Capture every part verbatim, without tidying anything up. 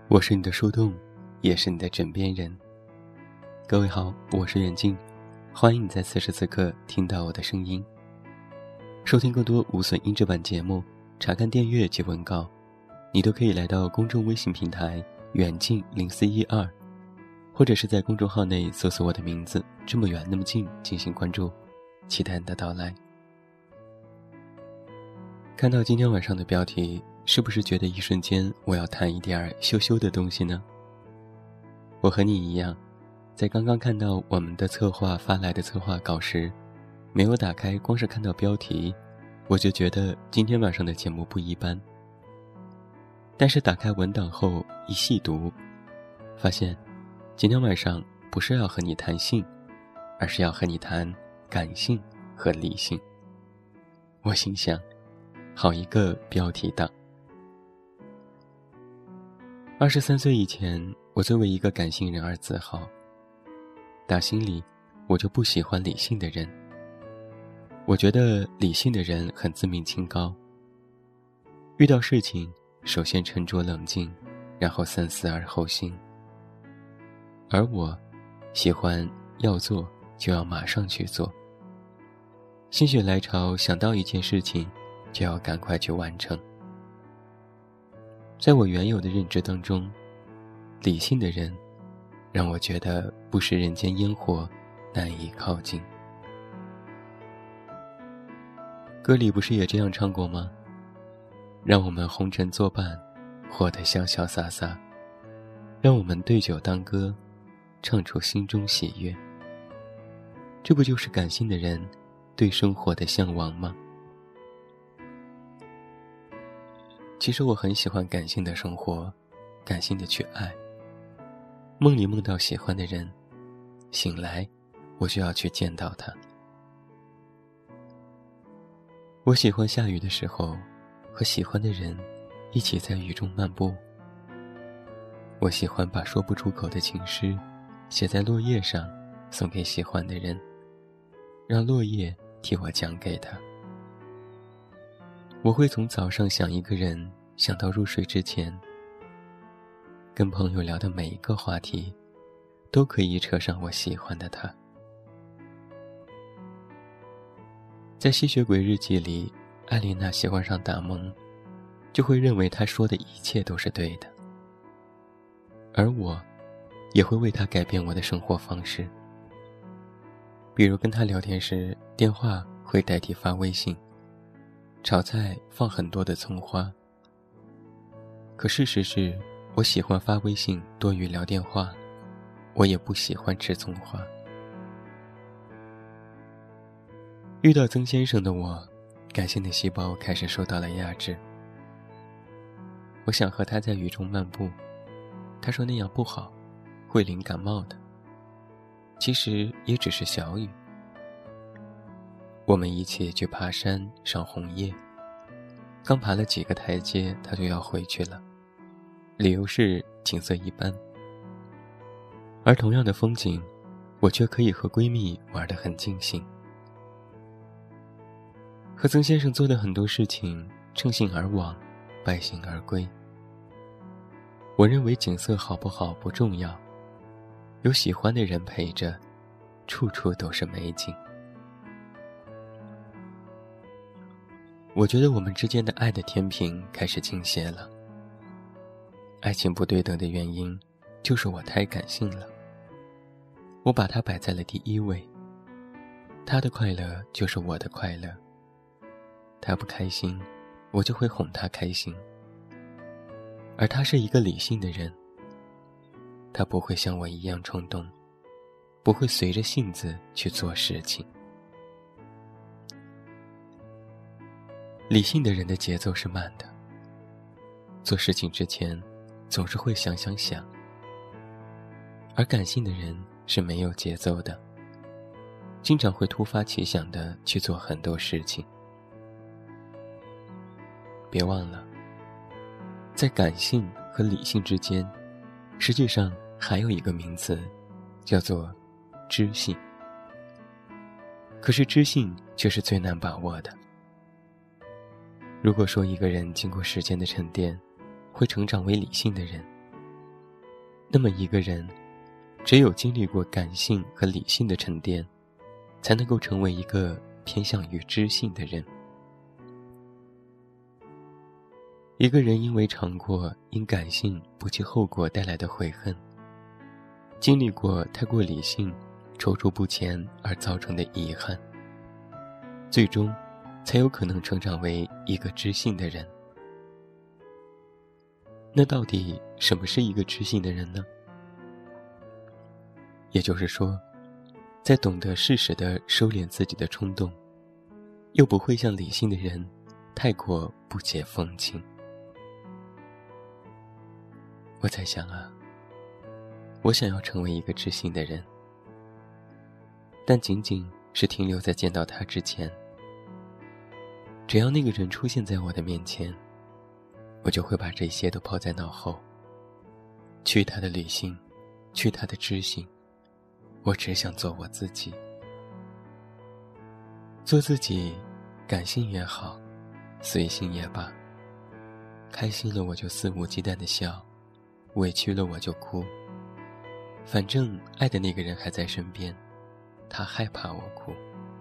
我是你的树洞，也是你的枕边人。各位好，我是远近，欢迎你在此时此刻听到我的声音。收听更多无损音质版节目，查看电阅及文稿，你都可以来到公众微信平台远近零四一二，或者是在公众号内搜索我的名字这么远那么近进行关注，期待你的到来。看到今天晚上的标题，是不是觉得一瞬间我要谈一点羞羞的东西呢？我和你一样，在刚刚看到我们的策划发来的策划稿时，没有打开，光是看到标题，我就觉得今天晚上的节目不一般。但是打开文档后一细读，发现今天晚上不是要和你谈性，而是要和你谈感性和理性。我心想，好一个标题党。二十三岁以前，我作为一个感性人而自豪。打心里，我就不喜欢理性的人。我觉得理性的人很自命清高。遇到事情，首先沉着冷静，然后三思而后行。而我，喜欢要做就要马上去做。心血来潮，想到一件事情，就要赶快去完成。在我原有的认知当中，理性的人让我觉得不食人间烟火，难以靠近。歌里不是也这样唱过吗？让我们红尘作伴，活得潇潇洒洒，让我们对酒当歌，唱出心中喜悦。这不就是感性的人对生活的向往吗？其实我很喜欢感性的生活，感性的去爱。梦里梦到喜欢的人，醒来我就要去见到他。我喜欢下雨的时候，和喜欢的人一起在雨中漫步。我喜欢把说不出口的情诗写在落叶上，送给喜欢的人，让落叶替我讲给他。我会从早上想一个人，想到入睡之前。跟朋友聊的每一个话题，都可以扯上我喜欢的他。在吸血鬼日记里，艾琳娜喜欢上达蒙，就会认为他说的一切都是对的。而我，也会为他改变我的生活方式。比如跟他聊天时，电话会代替发微信。炒菜放很多的葱花。可事实是，我喜欢发微信多于聊电话，我也不喜欢吃葱花。遇到曾先生的我，感性的细胞开始受到了压制。我想和他在雨中漫步，他说那样不好，会淋感冒的。其实也只是小雨。我们一起去爬山赏红叶，刚爬了几个台阶，他就要回去了，理由是景色一般。而同样的风景，我却可以和闺蜜玩得很尽兴。和曾先生做的很多事情，乘兴而往，败兴而归。我认为景色好不好不重要，有喜欢的人陪着，处处都是美景。我觉得我们之间的爱的天平开始倾斜了。爱情不对等的原因，就是我太感性了。我把它摆在了第一位。他的快乐就是我的快乐。他不开心，我就会哄他开心。而他是一个理性的人，他不会像我一样冲动，不会随着性子去做事情。理性的人的节奏是慢的，做事情之前总是会想想想。而感性的人是没有节奏的，经常会突发奇想的去做很多事情。别忘了，在感性和理性之间，实际上还有一个名词，叫做知性。可是知性却是最难把握的。如果说一个人经过时间的沉淀，会成长为理性的人， 那么一个人只有经历过感性和理性的沉淀，才能够成为一个偏向于知性的人。一个人因为尝过因感性不计后果带来的悔恨，经历过太过理性踌躇不前而造成的遗憾，最终才有可能成长为一个知性的人。那到底什么是一个知性的人呢？也就是说，在懂得适时地收敛自己的冲动，又不会像理性的人太过不解风情。我在想啊，我想要成为一个知性的人，但仅仅是停留在见到他之前。只要那个人出现在我的面前，我就会把这些都抛在脑后，去他的理性，去他的知性，我只想做我自己。做自己，感性也好，随性也罢，开心了我就肆无忌惮地笑，委屈了我就哭，反正爱的那个人还在身边，他害怕我哭。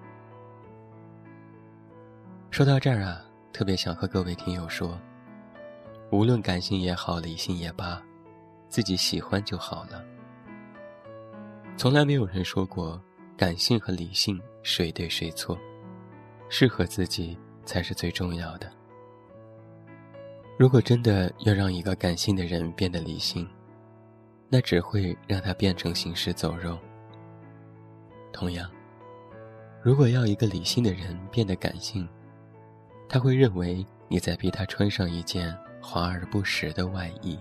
说到这儿啊，特别想和各位听友说，无论感性也好，理性也罢，自己喜欢就好了。从来没有人说过感性和理性谁对谁错，适合自己才是最重要的。如果真的要让一个感性的人变得理性，那只会让他变成行尸走肉。同样，如果要一个理性的人变得感性，他会认为你在逼他穿上一件华而不实的外衣。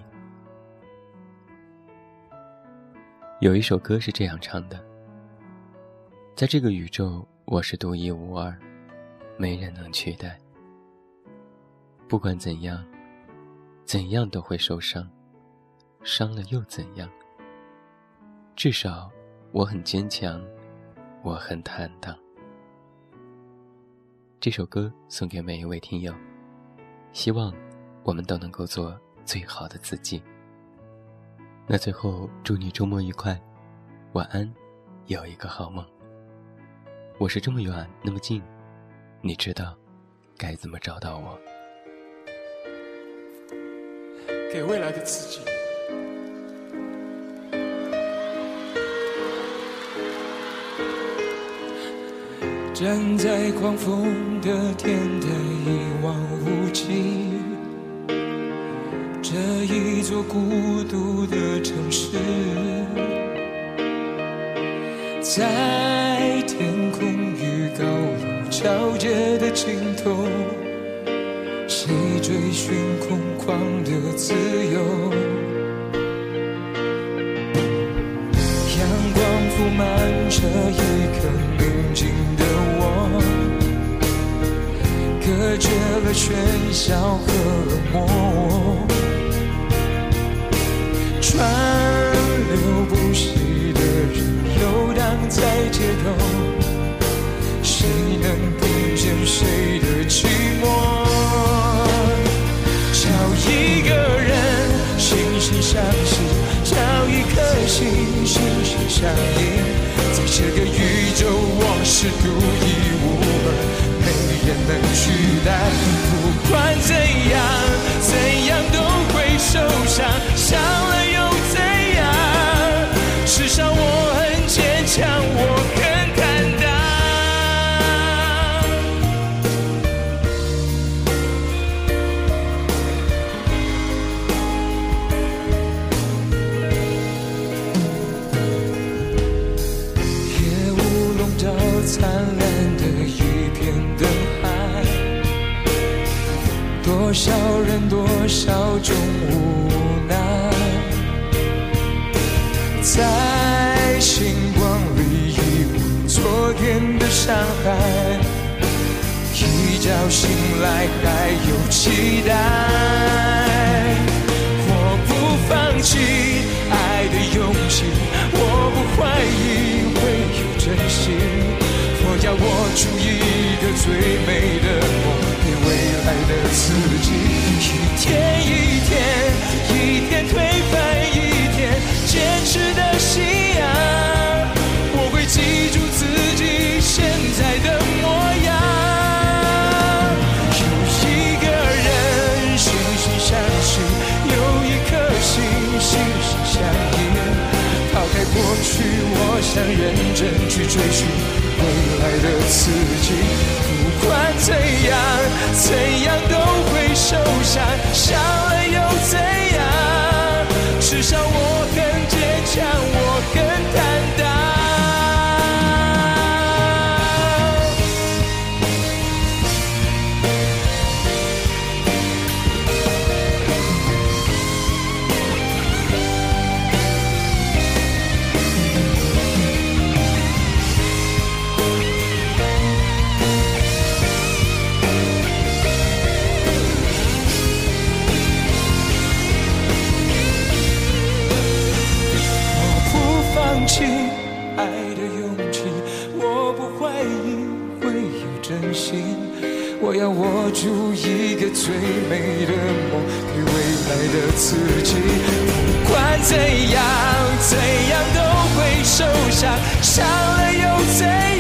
有一首歌是这样唱的：在这个宇宙，我是独一无二，没人能取代。不管怎样，怎样都会受伤，伤了又怎样？至少我很坚强，我很坦荡。这首歌送给每一位听友，希望我们都能够做最好的自己。那最后祝你周末愉快，晚安，有一个好梦。我是这么远那么近，你知道该怎么找到我。 给未来的自己。站在狂风的天台一望无际，这一座孤独的城市，在天空与高楼交界的尽头，谁追寻空旷的自由？阳光铺满这一颗宁静的我，隔绝了喧嚣和冷漠，川流不息的人游荡在街头，谁能听见谁的寂寞？找一个人心心相惜，找一颗心心心相印，在这个宇宙我是独一无二，没人能取代。不管怎样怎样都会受伤，伤了又怎样？至少我很坚强，我很坦荡。夜雾笼罩灿烂的一片灯海，多少人多少种无奈，在星光里遗忘昨天的伤害，一觉醒来还有期待。我不放弃爱的勇气，我不怀疑会有真心，我要握住一个最美的梦，给未来的自己。一天一天，一天推翻一天， 认真去追寻未来的自己。不管怎样，怎样都会受伤，伤了又怎样？至少我很坚强，我很坦荡。爱的勇气，我不怀疑会有真心。我要握住一个最美的梦，给未来的自己。不管怎样，怎样都会受伤，伤了又怎样？